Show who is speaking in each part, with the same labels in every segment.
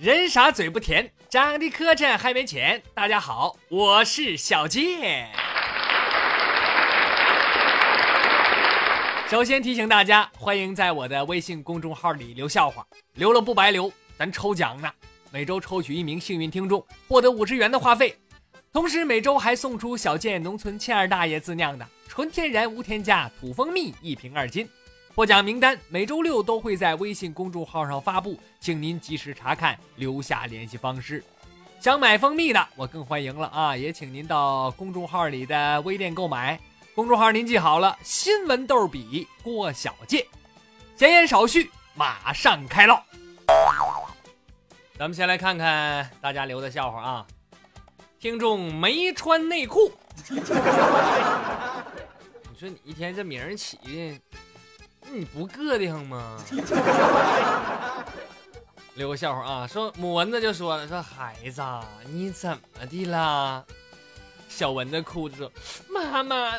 Speaker 1: 人傻嘴不甜，长得磕碜还没钱。大家好，我是小健。首先提醒大家，欢迎在我的微信公众号里留笑话，留了不白留，咱抽奖呢。每周抽取1名幸运听众，获得50元的话费。同时每周还送出小健农村欠二大爷自酿的纯天然无添加土蜂蜜1瓶2斤。获奖名单每周6都会在微信公众号上发布，请您及时查看，留下联系方式。想买蜂蜜的我更欢迎了啊，也请您到公众号里的微店购买。公众号您记好了，新闻逗比郭小健。闲言少叙，马上开唠。咱们先来看看大家留的笑话啊。听众没穿内裤，你说你一天这名儿起的，你不膈应吗？留个笑话啊，说母蚊子就说了，说孩子你怎么的啦？小蚊子哭着说，妈妈，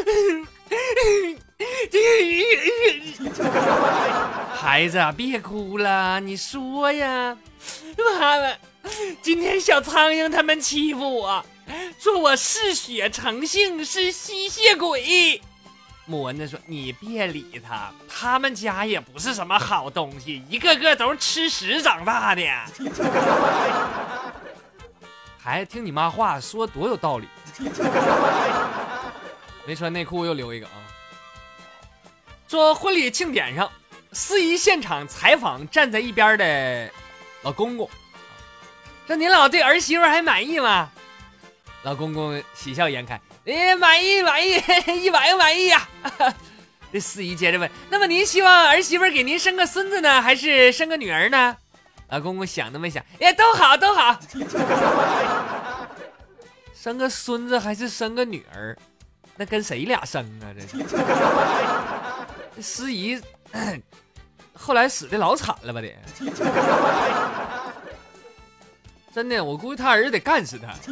Speaker 1: 孩子别哭了，你说呀。妈妈，今天小苍蝇他们欺负我，说我嗜血成性，是吸血鬼。母蚊子说，你别理他，他们家也不是什么好东西，一个个都是吃屎长大的。孩子听你妈话说多有道理。没穿内裤又留一个啊，说婚礼庆典上，司仪现场采访站在一边的老公公，说您老对儿媳妇还满意吗？老公公喜笑颜开，满意100个满意呀。这司仪接着问，那么您希望儿媳妇给您生个孙子呢，还是生个女儿呢？老公公想都没想，都好都好。生个孙子还是生个女儿，那跟谁俩生啊？这司仪后来死的老惨了吧得。真的，我估计他儿子得干死他。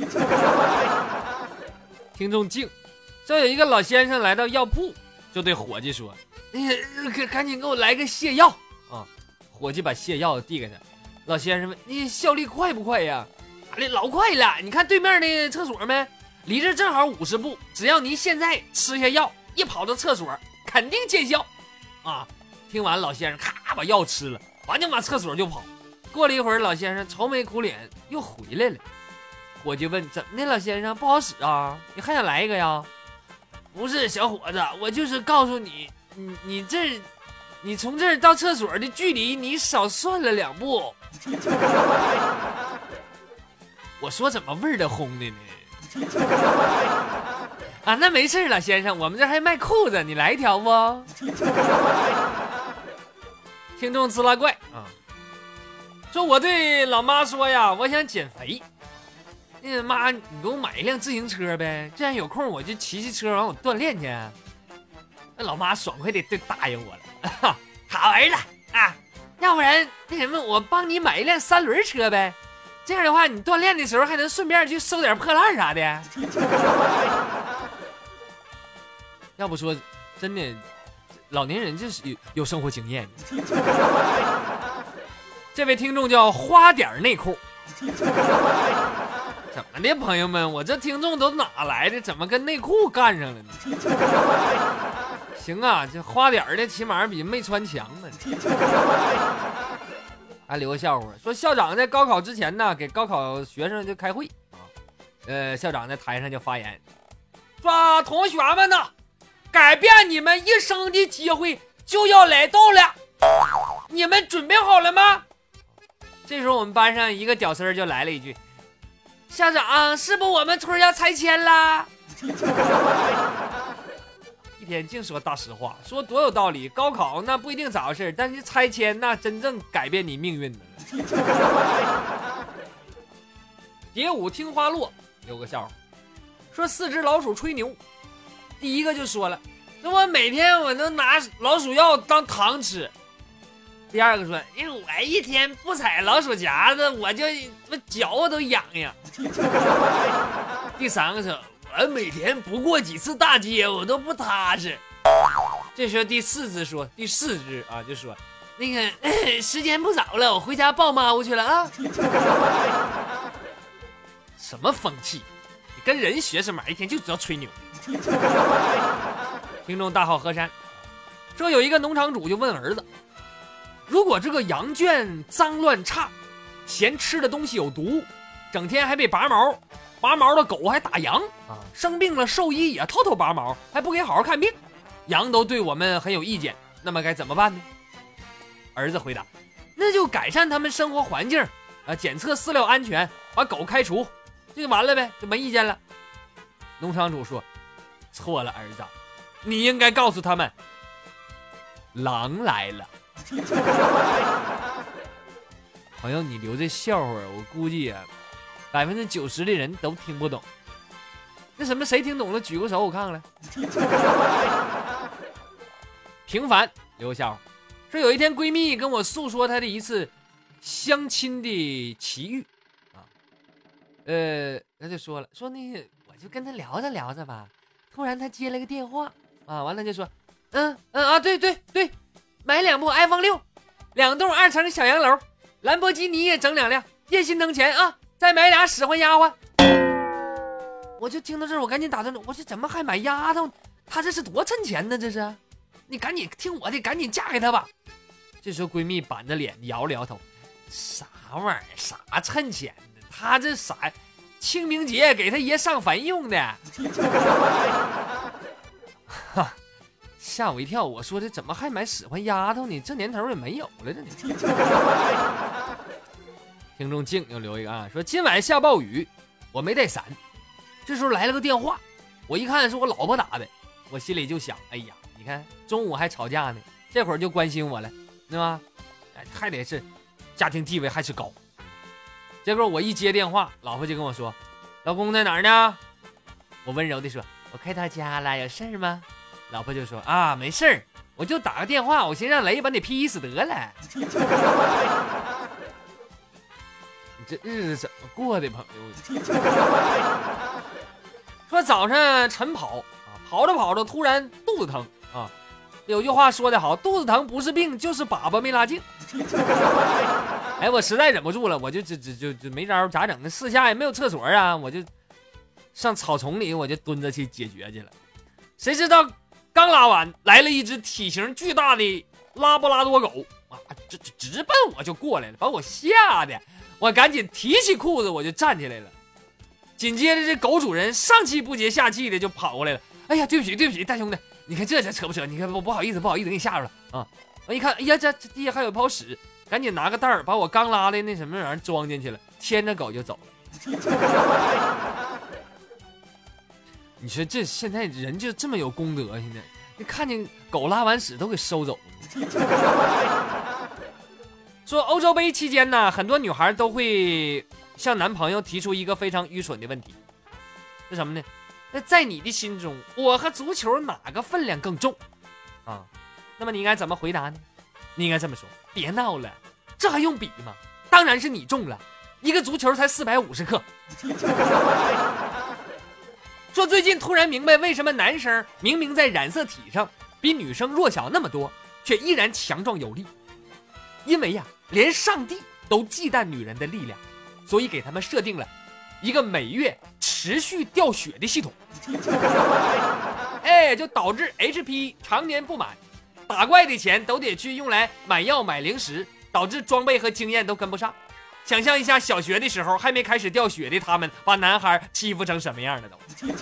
Speaker 1: 听众静，这有一个老先生来到药铺，就对伙计说，赶紧给我来个泻药啊！伙计把泻药递给他，老先生问，你效力快不快呀？老快了，你看对面那厕所没？离这正好50步，只要您现在吃下药，一跑到厕所肯定见效啊！听完老先生咔把药吃了，完就往厕所就跑。过了一会儿，老先生愁眉苦脸又回来了。伙计问，怎么的老先生，不好使啊？你还想来一个呀？不是小伙子，我就是告诉你，你从这儿到厕所的距离你少算了2步。我说怎么味儿的烘的呢？啊，那没事了先生，我们这还卖裤子，你来一条不？听众滋啦怪啊，说我对老妈说呀，我想减肥。妈，你给我买一辆自行车呗，这样有空我就骑车完我锻炼去。那老妈爽快的就答应我了。好儿子啊，要不然那什么，我帮你买一辆3轮车呗，这样的话你锻炼的时候还能顺便去收点破烂啥的。要不说真的，老年人就是有生活经验。这位听众叫花点内裤。怎么的朋友们，我这听众都哪来的，怎么跟内裤干上了呢？行啊，这花点的起码比没穿强呢。还留个笑话，说校长在高考之前呢，给高考学生就开会啊。校长在台上就发言，说同学们呢，改变你们一生的机会就要来到了，你们准备好了吗？这时候我们班上一个屌丝就来了一句，校长，是不我们村要拆迁啦？一天净说大实话，说多有道理。高考那不一定咋回事，但是拆迁那真正改变你命运的。蝶舞听花落，有个笑话，说4只老鼠吹牛，第一个就说了，说我每天我都拿老鼠药当糖吃。第二个说，因为我一天不踩老鼠夹子，我脚都痒痒。第三个说，我每天不过几次大街，我都不踏实。这时候第四只啊就说， 那个时间不早了，我回家抱猫去了啊。什么风气？你跟人学什么？一天就知道吹牛。听众大号河山说，有一个农场主就问儿子，如果这个羊圈脏乱差，嫌吃的东西有毒，整天还被拔毛的狗还打羊啊，生病了兽医也偷拔毛，还不给好好看病，羊都对我们很有意见，那么该怎么办呢？儿子回答，那就改善他们生活环境啊，检测饲料安全，把狗开除，这就完了呗，就没意见了。农场主说，错了儿子，你应该告诉他们狼来了。朋友，你留这笑话我估计啊90%的人都听不懂。那什么，谁听懂了举个手我看看来。平凡留笑话说，有一天闺蜜跟我诉说她的一次相亲的奇遇啊，她就说了，说那个我就跟她聊着吧，突然她接了个电话啊，完了就说，对，买2部 iPhone 6，2栋2层小洋楼，兰博基尼也整2辆，叶心灯钱啊，再买俩使唤丫鬟。我就听到这儿，我赶紧打断，我说怎么还买丫头？他这是多趁钱呢？这是，你赶紧听我的，赶紧嫁给他吧。这时候闺蜜板着脸摇了摇头，啥玩意儿？啥趁钱的？他这啥？清明节给他爷上坟用的。哈，吓我一跳！我说这怎么还买使唤丫头呢？这年头也没有了，这你。听众静又留一个啊，说今晚下暴雨，我没带伞。这时候来了个电话，我一看是我老婆打的，我心里就想，哎呀，你看中午还吵架呢，这会儿就关心我了，对吧？还得是家庭地位还是高。结果我一接电话，老婆就跟我说，老公在哪儿呢？我温柔地说，我快到家了，有事儿吗？老婆就说，啊，没事儿，我就打个电话，我先让雷把你劈死得了。你这日子怎么过的，朋友？说早上晨跑啊，跑着突然肚子疼啊。有句话说得好，肚子疼不是病，就是粑粑没拉净。哎，我实在忍不住了，我就没招，咋整呢？四下也没有厕所啊，我就上草丛里，我就蹲着去解决去了。谁知道刚拉完，来了一只体型巨大的拉布拉多狗啊，这直奔我就过来了，把我吓得我赶紧提起裤子我就站起来了。紧接着这狗主人上气不接下气的就跑过来了，哎呀，对不起，大兄弟，你看这扯不扯？你看不好意思，给你吓着了啊！我一看，哎呀，这地下还有泡屎，赶紧拿个袋儿把我刚拉的那什么玩意儿装进去了，牵着狗就走了。你说这现在人就这么有公德，现在你看见狗拉完屎都给收走了。说欧洲杯期间呢，很多女孩都会向男朋友提出一个非常愚蠢的问题，是什么呢？那在你的心中，我和足球哪个分量更重啊？那么你应该怎么回答呢？你应该这么说，别闹了，这还用比吗？当然是你重了，一个足球才450克。说最近突然明白为什么男生明明在染色体上比女生弱小那么多，却依然强壮有力，因为呀，连上帝都忌惮女人的力量，所以给他们设定了一个每月持续掉血的系统。哎，就导致 HP 常年不满，打怪的钱都得去用来买药买零食，导致装备和经验都跟不上。想象一下小学的时候还没开始掉血的他们，把男孩欺负成什么样的都。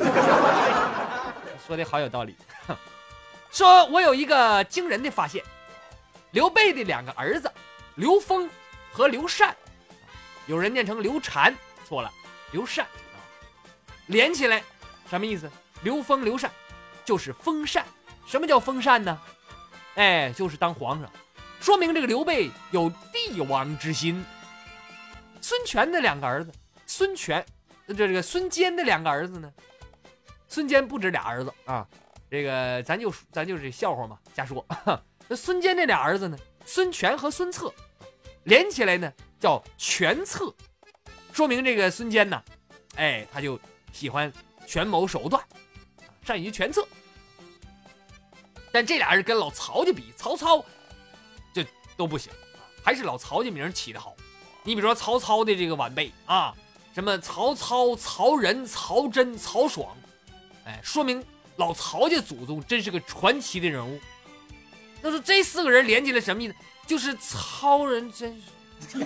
Speaker 1: 说的好有道理。说我有一个惊人的发现，刘备的2个儿子刘封和刘禅，有人念成刘禅，错了，刘禅连起来什么意思？刘封刘禅就是封禅。什么叫封禅呢？哎，就是当皇上，说明这个刘备有帝王之心。孙权的2个儿子，孙权这个孙坚的2个儿子呢，孙坚不止俩儿子啊，这个咱就是笑话嘛，瞎说。那孙坚这俩儿子呢，孙权和孙策连起来呢叫权策，说明这个孙坚呢，哎，他就喜欢权谋手段，善于权策。但这俩人跟老曹就比，曹操就都不行，还是老曹这名起得好。你比如说曹操的这个晚辈啊，什么曹操、曹仁、曹真、曹爽，哎，说明老曹家祖宗真是个传奇的人物。那说这4个人连起来什么意思？就是曹仁真是。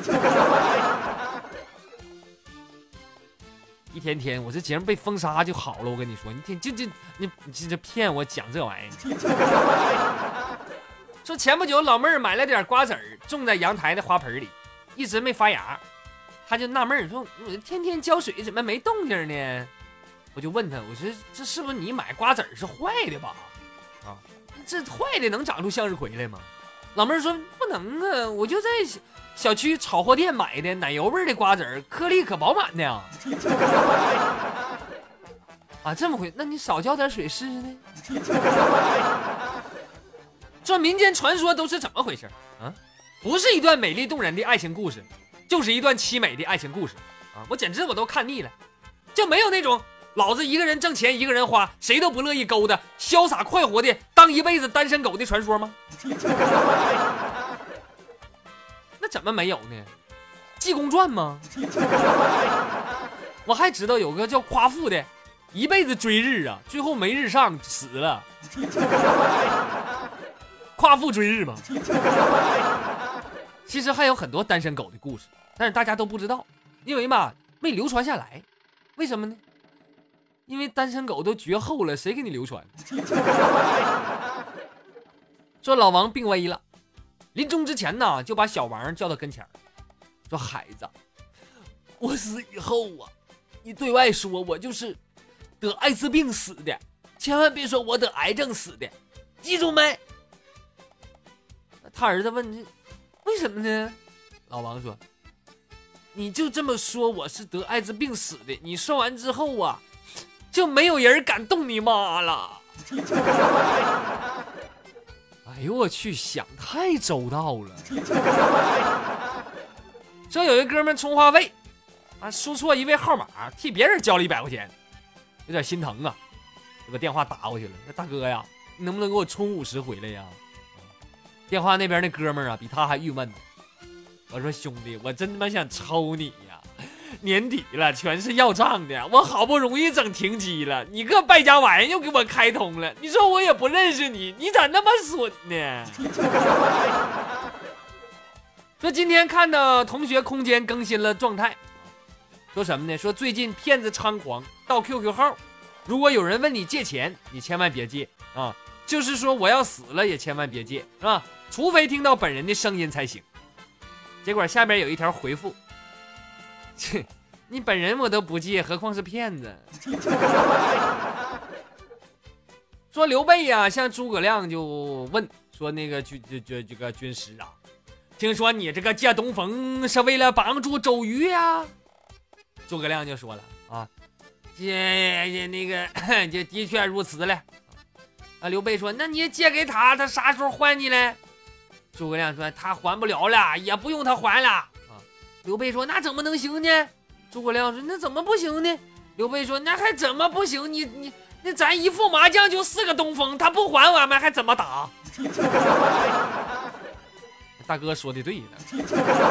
Speaker 1: 一天天，我这节目被封杀就好了。我跟你说，你这骗我讲这玩意儿。说前不久老妹儿买了点瓜子儿，种在阳台的花盆里，一直没发芽。她就纳闷儿说：“我天天浇水，怎么没动静呢？”我就问她，我说：“这是不是你买瓜子儿是坏的吧？啊，这坏的能长出向日葵来吗？”老妹儿说：“不能啊，我就在小区炒货店买的奶油味的瓜子儿，颗粒可饱满的呀。”啊，这么回，那你少浇点水试试呢？这民间传说都是怎么回事啊？不是一段美丽动人的爱情故事，就是一段凄美的爱情故事啊！我简直都看腻了，就没有那种老子一个人挣钱一个人花，谁都不乐意勾搭，潇洒快活的当一辈子单身狗的传说吗？那怎么没有呢？济公传吗？我还知道有个叫夸父的，一辈子追日啊，最后没日上死了。夸父追日吗？其实还有很多单身狗的故事，但是大家都不知道，因为嘛没流传下来。为什么呢？因为单身狗都绝后了，谁给你流传？说老王病危了，临终之前呢，就把小王叫到跟前，说：“孩子，我死以后啊，你对外说我就是得艾滋病死的，千万别说我得癌症死的，记住没？”他儿子问：“为什么呢？”老王说：“你就这么说我是得艾滋病死的，你说完之后啊，就没有人敢动你妈了。”哎呦我去，想太周到了。说有一哥们充话费啊，输错一位号码，替别人交了100块钱，有点心疼啊，就把电话打过去了。那大哥呀，你能不能给我充50回来呀？电话那边那哥们儿啊，比他还郁闷呢。我说兄弟，我真他妈想抽你呀！年底了，全是要账的，我好不容易整停机了，你个败家玩意又给我开通了，你说我也不认识你，你咋那么损呢？说今天看到同学空间更新了状态，说什么呢？说最近骗子猖狂，到 QQ 号，如果有人问你借钱，你千万别借啊！就是说我要死了也千万别借，是吧？除非听到本人的声音才行。结果下边有一条回复：切，你本人我都不借，何况是骗子？说刘备呀，向诸葛亮就问说：“那个这个军师啊，听说你这个借东风是为了帮助周瑜呀？”诸葛亮就说了：“啊，这那个这的确如此了。”啊，刘备说：“那你借给他，他啥时候还你嘞？”诸葛亮说：“他还不了了，也不用他还了。”啊，刘备说：“那怎么能行呢？”诸葛亮说：“那怎么不行呢？”刘备说：“那还怎么不行？你那咱一副麻将就4个东风，他不还我们还怎么打？”大哥说的对的。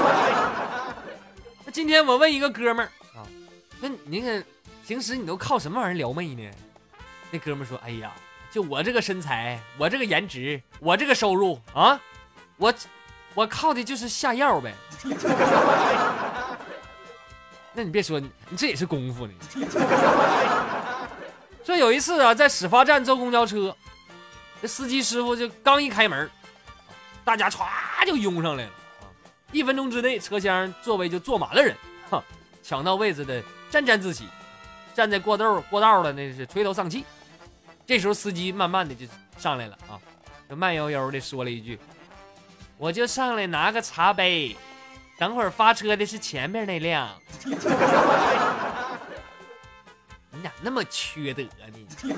Speaker 1: 那今天我问一个哥们儿啊，说你那个平时你都靠什么玩意儿撩妹呢？那哥们儿说：“哎呀，就我这个身材，我这个颜值，我这个收入啊，我靠的就是下药呗。”那你别说，你这也是功夫呢。说有一次啊，在始发站坐公交车，这司机师傅就刚一开门，大家歘就拥上来了啊！1分钟之内，车厢座位就坐满了人，抢到位子的沾沾自喜，站在过道的那是垂头丧气。这时候司机慢慢的就上来了啊，就慢悠悠的说了一句：“我就上来拿个茶杯，等会儿发车的是前面那辆。”你咋那么缺德呢？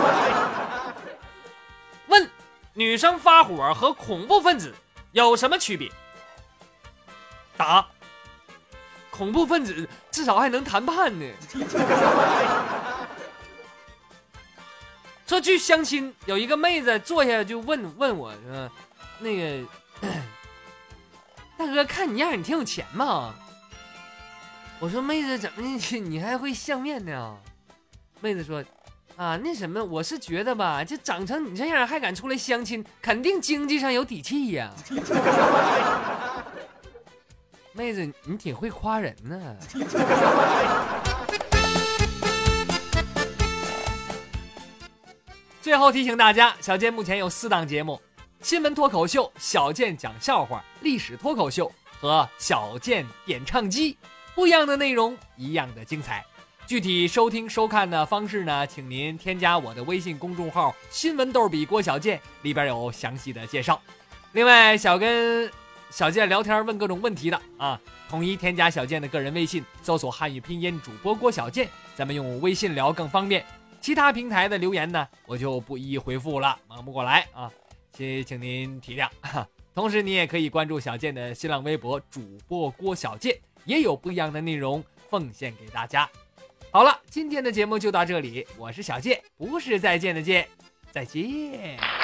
Speaker 1: 问女生发火和恐怖分子有什么区别？答：恐怖分子至少还能谈判呢。说去相亲，有一个妹子坐下就问我说：“那个大哥，看你样你挺有钱嘛。我说妹子怎么你还会相面呢？妹子说啊，那什么，我是觉得吧，就长成你这样还敢出来相亲，肯定经济上有底气呀。妹子你挺会夸人呢。最后提醒大家，小健目前有4档节目：新闻脱口秀、小健讲笑话、历史脱口秀和小健点唱机。不一样的内容，一样的精彩。具体收听收看的方式呢，请您添加我的微信公众号新闻逗比郭小健，里边有详细的介绍。另外想跟小健聊天问各种问题的啊，统一添加小健的个人微信，搜索汉语拼音主播郭小健，咱们用微信聊更方便。其他平台的留言呢，我就不一一回复了，忙不过来啊，请您体谅。同时你也可以关注小健的新浪微博主播郭小健，也有不一样的内容奉献给大家。好了，今天的节目就到这里，我是小健，不是再见的见，再见。